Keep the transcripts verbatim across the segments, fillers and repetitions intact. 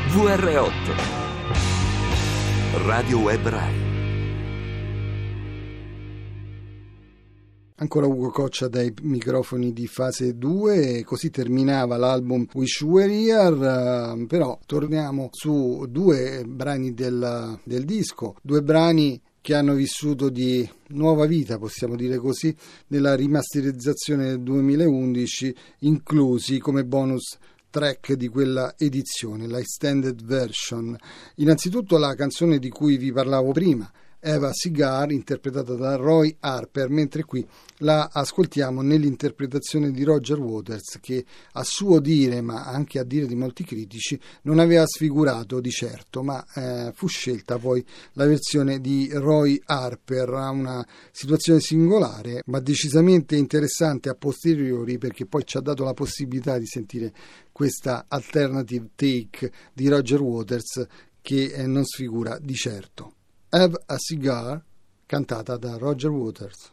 V R otto Radio Web Rai. Ancora Ugo Coccia dai microfoni di Fase due, e così terminava l'album Wish You Were Here. Però torniamo su due brani del, del disco, due brani che hanno vissuto di nuova vita, possiamo dire così, nella rimasterizzazione del duemilaundici, inclusi come bonus track di quella edizione, la extended version. Innanzitutto la canzone di cui vi parlavo prima, Have a Cigar, interpretata da Roy Harper, mentre qui la ascoltiamo nell'interpretazione di Roger Waters, che a suo dire, ma anche a dire di molti critici, non aveva sfigurato di certo, ma eh, fu scelta poi la versione di Roy Harper, una situazione singolare ma decisamente interessante a posteriori, perché poi ci ha dato la possibilità di sentire questa alternative take di Roger Waters che eh, non sfigura di certo. Have a Cigar, cantata da Roger Waters.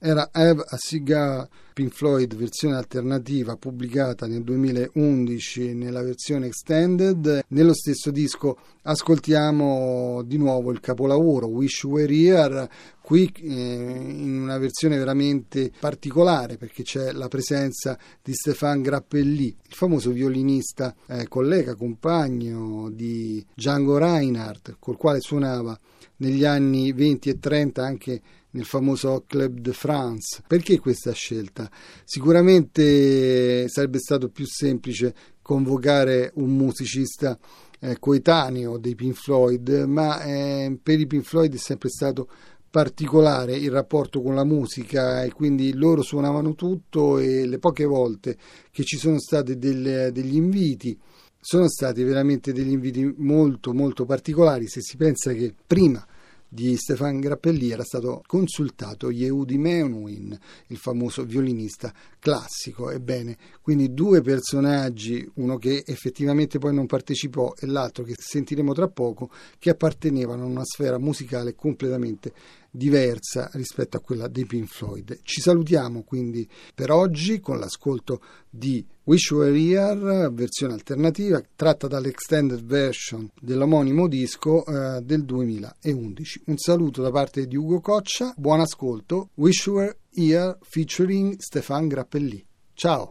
era Have a Cigar, Pink Floyd, versione alternativa, pubblicata nel duemilaundici nella versione extended. Nello stesso disco ascoltiamo di nuovo il capolavoro Wish You Were Here, qui eh, in una versione veramente particolare, perché c'è la presenza di Stéphane Grappelli, il famoso violinista, eh, collega, compagno di Django Reinhardt, col quale suonava negli anni venti e trenta anche nel famoso Club de France. Perché questa scelta? Sicuramente sarebbe stato più semplice convocare un musicista eh, coetaneo dei Pink Floyd, ma eh, per i Pink Floyd è sempre stato particolare il rapporto con la musica, e quindi loro suonavano tutto, e le poche volte che ci sono stati del, degli inviti sono stati veramente degli inviti molto molto particolari, se si pensa che prima di Stéphane Grappelli era stato consultato Yehudi Menuhin, il famoso violinista classico. Ebbene, quindi due personaggi, uno che effettivamente poi non partecipò e l'altro che sentiremo tra poco, che appartenevano a una sfera musicale completamente diversa rispetto a quella dei Pink Floyd. Ci salutiamo quindi per oggi con l'ascolto di Wish You Were Here, versione alternativa tratta dall'extended version dell'omonimo disco eh, del duemilaundici. Un saluto da parte di Ugo Coccia, buon ascolto. Wish You Were Here featuring Stéphane Grappelli. Ciao.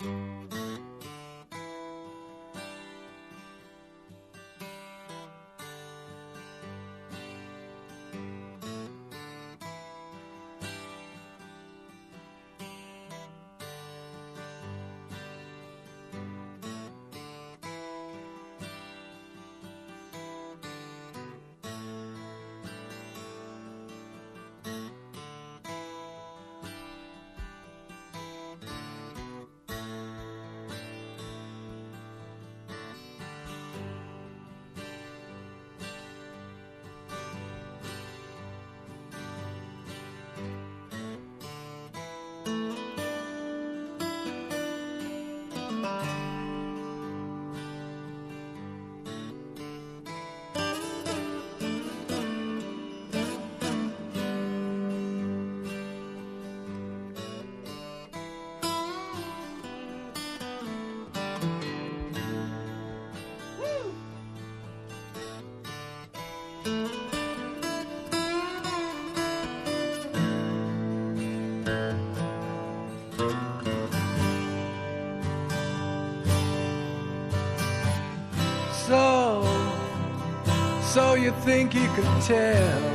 So, so you think you could tell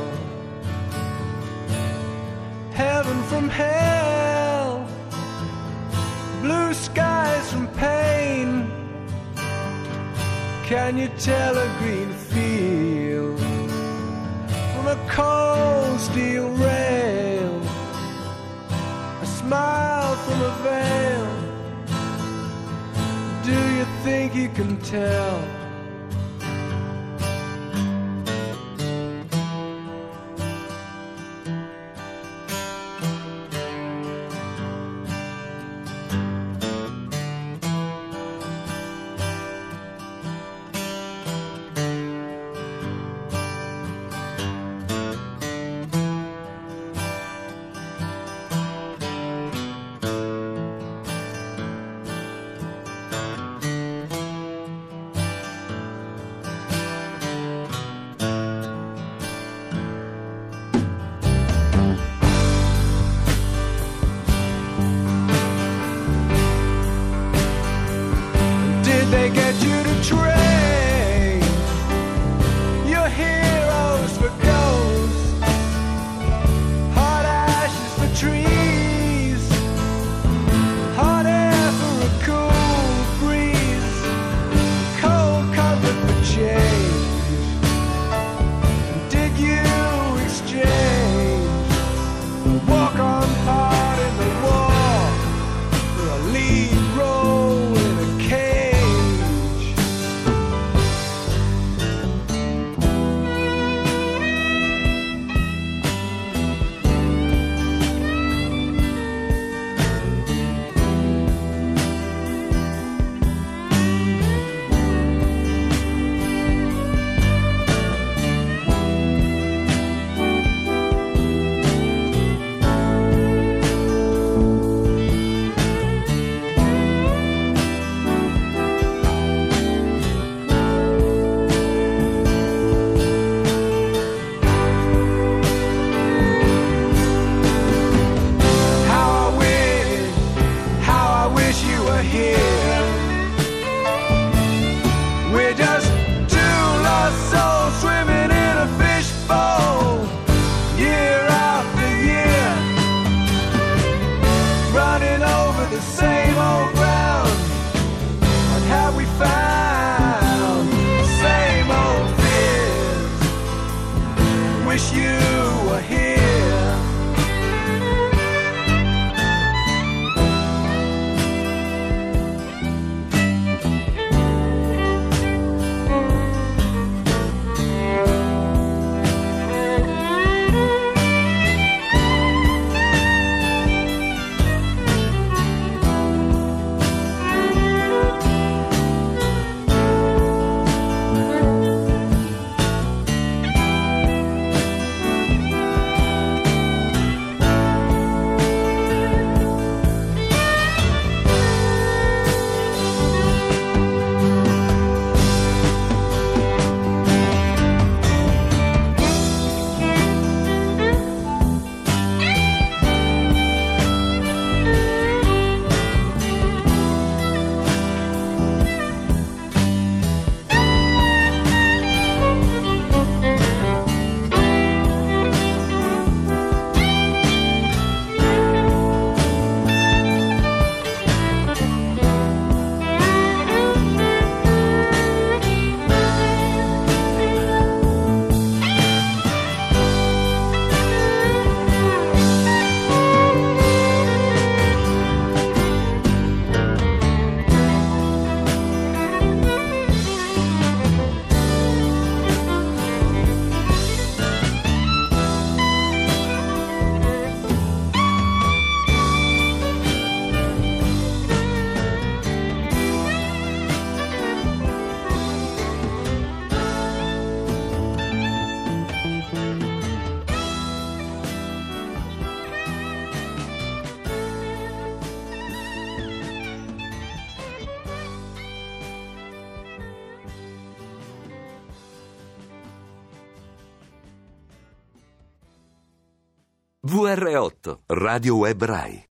heaven from hell, blue skies from pain? Can you tell a green field from a cold steel rail, a smile from a veil? Do you think you can tell? They get you to trade your heroes for ghosts, hot ashes for trees, hot air for a cool breeze, cold comfort for change. Did you exchange a walk-on part in the war for a lead role in a cage? V R otto, Radio Web Rai.